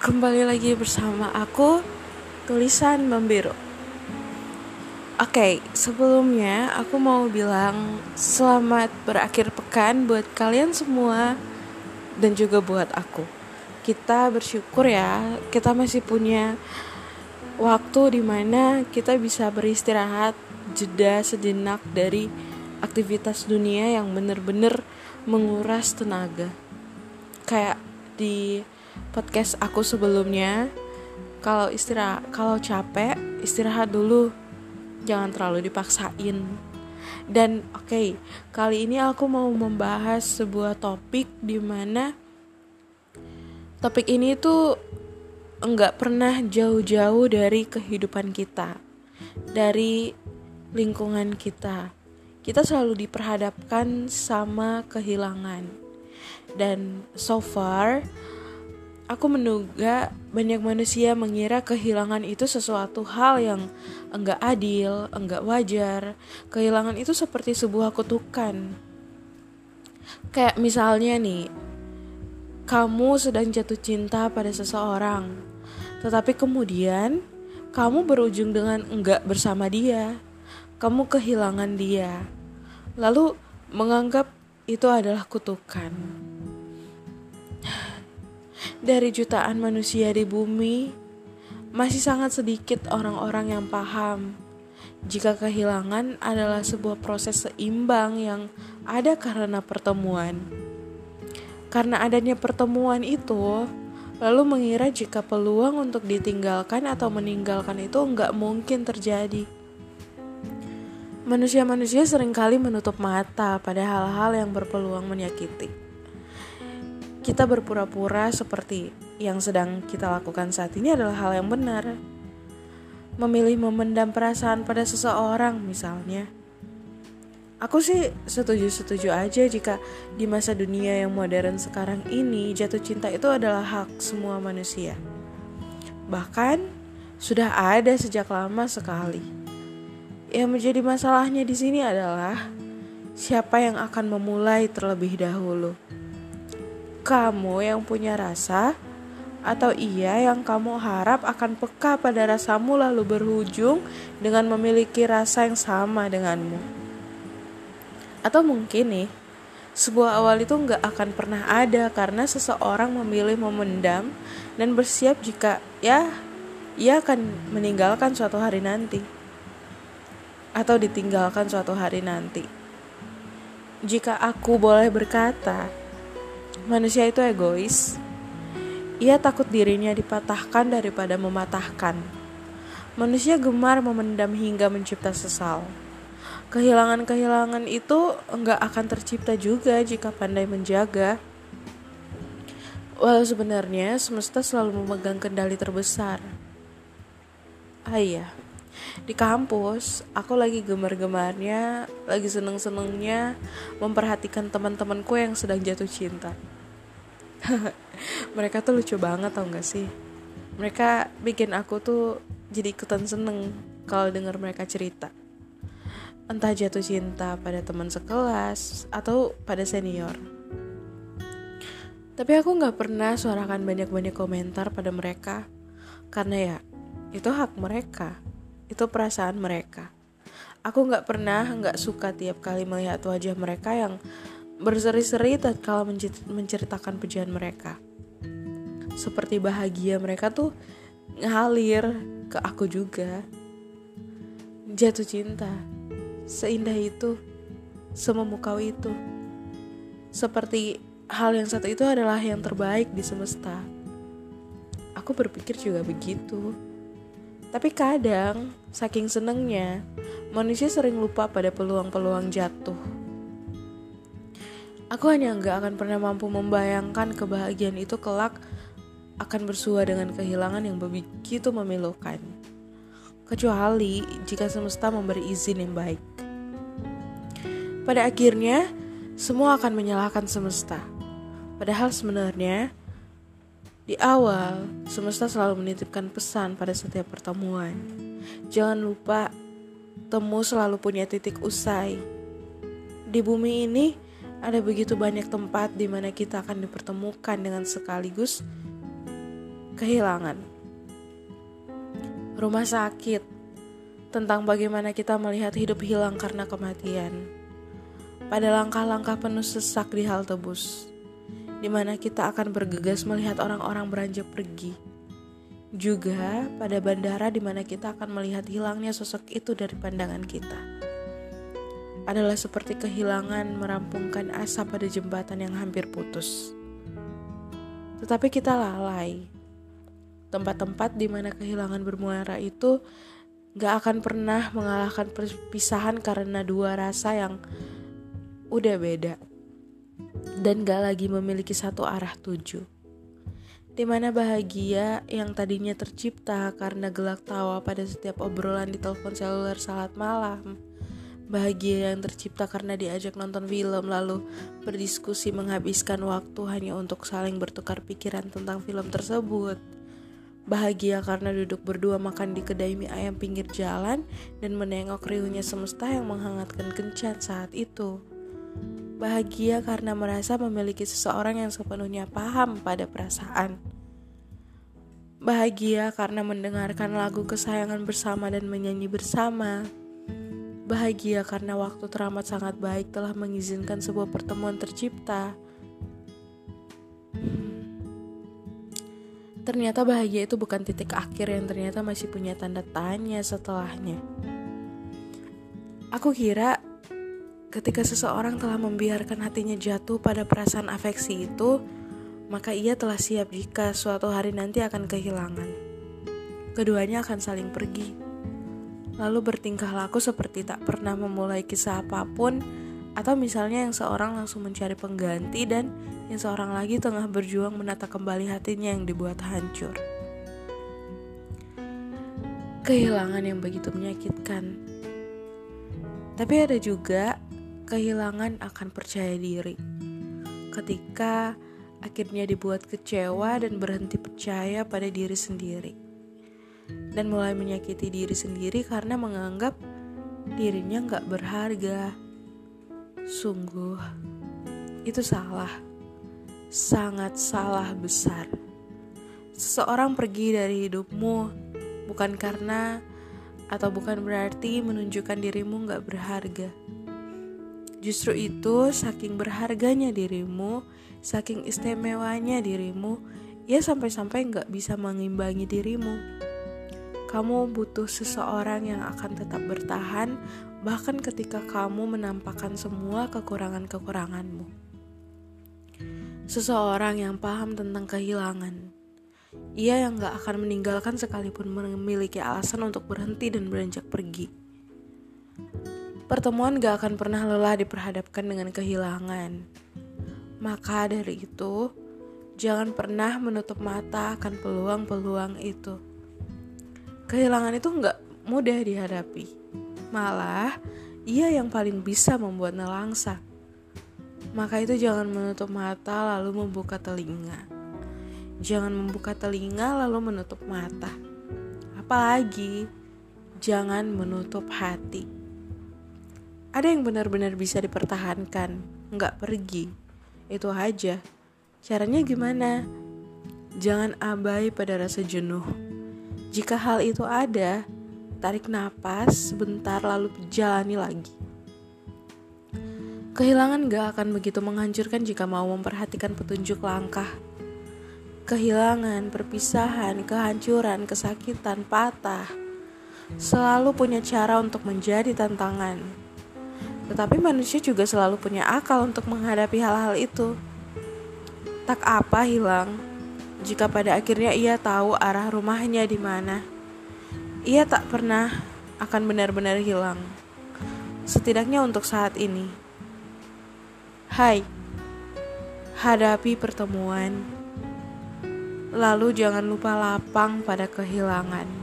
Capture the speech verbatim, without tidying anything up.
Kembali lagi bersama aku, Tulisan Membiru. Oke, sebelumnya aku mau bilang selamat berakhir pekan buat kalian semua dan juga buat aku. Kita bersyukur ya, kita masih punya waktu di mana kita bisa beristirahat, jeda sejenak dari aktivitas dunia yang benar-benar menguras tenaga. Kayak di podcast aku sebelumnya, kalau istirahat, kalau capek istirahat dulu, jangan terlalu dipaksain. Dan oke, okay, kali ini aku mau membahas sebuah topik di mana topik ini tuh enggak pernah jauh-jauh dari kehidupan kita, dari lingkungan kita. Kita selalu diperhadapkan sama kehilangan. Dan so far aku menduga banyak manusia mengira kehilangan itu sesuatu hal yang enggak adil, enggak wajar. Kehilangan itu seperti sebuah kutukan. Kayak misalnya nih, kamu sedang jatuh cinta pada seseorang, tetapi kemudian kamu berujung dengan enggak bersama dia. Kamu kehilangan dia, lalu menganggap itu adalah kutukan. Dari jutaan manusia di bumi, masih sangat sedikit orang-orang yang paham jika kehilangan adalah sebuah proses seimbang yang ada karena pertemuan. Karena adanya pertemuan itu, lalu mengira jika peluang untuk ditinggalkan atau meninggalkan itu enggak mungkin terjadi. Manusia-manusia seringkali menutup mata pada hal-hal yang berpeluang menyakiti. Kita berpura-pura seperti yang sedang kita lakukan saat ini adalah hal yang benar. Memilih memendam perasaan pada seseorang misalnya. Aku sih setuju-setuju aja jika di masa dunia yang modern sekarang ini jatuh cinta itu adalah hak semua manusia. Bahkan sudah ada sejak lama sekali. Yang menjadi masalahnya di sini adalah siapa yang akan memulai terlebih dahulu. Kamu yang punya rasa, atau ia yang kamu harap akan peka pada rasamu lalu berujung dengan memiliki rasa yang sama denganmu. Atau mungkin nih, sebuah awal itu gak akan pernah ada karena seseorang memilih memendam dan bersiap jika ya ia akan meninggalkan suatu hari nanti. Atau ditinggalkan suatu hari nanti. Jika aku boleh berkata, manusia itu egois. Ia takut dirinya dipatahkan daripada mematahkan. Manusia gemar memendam hingga mencipta sesal. Kehilangan-kehilangan itu enggak akan tercipta juga jika pandai menjaga. Walau sebenarnya semesta selalu memegang kendali terbesar. Ah iya, di kampus aku lagi gemar-gemarnya, lagi seneng-senengnya memperhatikan teman-temanku yang sedang jatuh cinta. Mereka tuh lucu banget tau gak sih? Mereka bikin aku tuh jadi ikutan seneng kalau dengar mereka cerita. Entah jatuh cinta pada teman sekelas atau pada senior. Tapi aku gak pernah suarakan banyak-banyak komentar pada mereka. Karena ya, itu hak mereka. Itu perasaan mereka. Aku gak pernah gak suka tiap kali melihat wajah mereka yang berseri-seri tatkala menceritakan pujian mereka. Seperti bahagia mereka tuh ngalir ke aku juga. Jatuh cinta, seindah itu, sememukau itu. Seperti hal yang satu itu adalah yang terbaik di semesta. Aku berpikir juga begitu. Tapi kadang, saking senengnya, manusia sering lupa pada peluang-peluang jatuh. Aku hanya gak akan pernah mampu membayangkan kebahagiaan itu kelak akan bersua dengan kehilangan yang begitu memilukan. Kecuali jika semesta memberi izin yang baik. Pada akhirnya, semua akan menyalahkan semesta. Padahal sebenarnya, di awal, semesta selalu menitipkan pesan pada setiap pertemuan. Jangan lupa, temu selalu punya titik usai. Di bumi ini, ada begitu banyak tempat di mana kita akan dipertemukan dengan sekaligus Kehilangan. Rumah sakit. Tentang bagaimana kita melihat hidup hilang karena kematian. Pada langkah-langkah penuh sesak di halte bus, di mana kita akan bergegas melihat orang-orang beranjak pergi. Juga pada bandara di mana kita akan melihat hilangnya sosok itu dari pandangan kita. Adalah seperti kehilangan merampungkan asa pada jembatan yang hampir putus. Tetapi kita lalai. Tempat-tempat di mana kehilangan bermuara itu gak akan pernah mengalahkan perpisahan karena dua rasa yang udah beda dan gak lagi memiliki satu arah tuju. Di mana bahagia yang tadinya tercipta karena gelak tawa pada setiap obrolan di telepon seluler saat malam, bahagia yang tercipta karena diajak nonton film lalu berdiskusi menghabiskan waktu hanya untuk saling bertukar pikiran tentang film tersebut, bahagia karena duduk berdua makan di kedai mie ayam pinggir jalan dan menengok riuhnya semesta yang menghangatkan kencan saat itu. Bahagia karena merasa memiliki seseorang yang sepenuhnya paham pada perasaan. Bahagia karena mendengarkan lagu kesayangan bersama dan menyanyi bersama. Bahagia karena waktu teramat sangat baik telah mengizinkan sebuah pertemuan tercipta. Ternyata bahagia itu bukan titik akhir yang ternyata masih punya tanda tanya setelahnya. Aku kira ketika seseorang telah membiarkan hatinya jatuh pada perasaan afeksi itu, maka ia telah siap jika suatu hari nanti akan kehilangan. Keduanya akan saling pergi, lalu bertingkah laku seperti tak pernah memulai kisah apapun, atau misalnya yang seorang langsung mencari pengganti dan yang seorang lagi tengah berjuang menata kembali hatinya yang dibuat hancur. Kehilangan yang begitu menyakitkan. Tapi ada juga kehilangan akan percaya diri. Ketika akhirnya dibuat kecewa dan berhenti percaya pada diri sendiri. Dan mulai menyakiti diri sendiri karena menganggap dirinya gak berharga. Sungguh, itu salah. Sangat salah besar. Seseorang pergi dari hidupmu bukan karena atau bukan berarti menunjukkan dirimu gak berharga. Justru itu, saking berharganya dirimu, saking istimewanya dirimu, ia sampai-sampai gak bisa mengimbangi dirimu. Kamu butuh seseorang yang akan tetap bertahan, bahkan ketika kamu menampakkan semua kekurangan-kekuranganmu. Seseorang yang paham tentang kehilangan. Ia yang gak akan meninggalkan sekalipun memiliki alasan untuk berhenti dan beranjak pergi. Pertemuan gak akan pernah lelah diperhadapkan dengan kehilangan. Maka dari itu, jangan pernah menutup mata akan peluang-peluang itu. Kehilangan itu gak mudah dihadapi. Malah, ia yang paling bisa membuat nelangsa. Maka itu jangan menutup mata lalu membuka telinga. Jangan membuka telinga lalu menutup mata. Apalagi, jangan menutup hati. Ada yang benar-benar bisa dipertahankan, nggak pergi. Itu aja. Caranya gimana? Jangan abai pada rasa jenuh. Jika hal itu ada, tarik napas sebentar lalu jalani lagi. Kehilangan gak akan begitu menghancurkan jika mau memperhatikan petunjuk langkah. Kehilangan, perpisahan, kehancuran, kesakitan, patah selalu punya cara untuk menjadi tantangan. Tetapi manusia juga selalu punya akal untuk menghadapi hal-hal itu. Tak apa hilang, jika pada akhirnya ia tahu arah rumahnya di mana. Ia tak pernah akan benar-benar hilang. Setidaknya untuk saat ini. Hai, hadapi pertemuan. Lalu jangan lupa lapang pada kehilangan.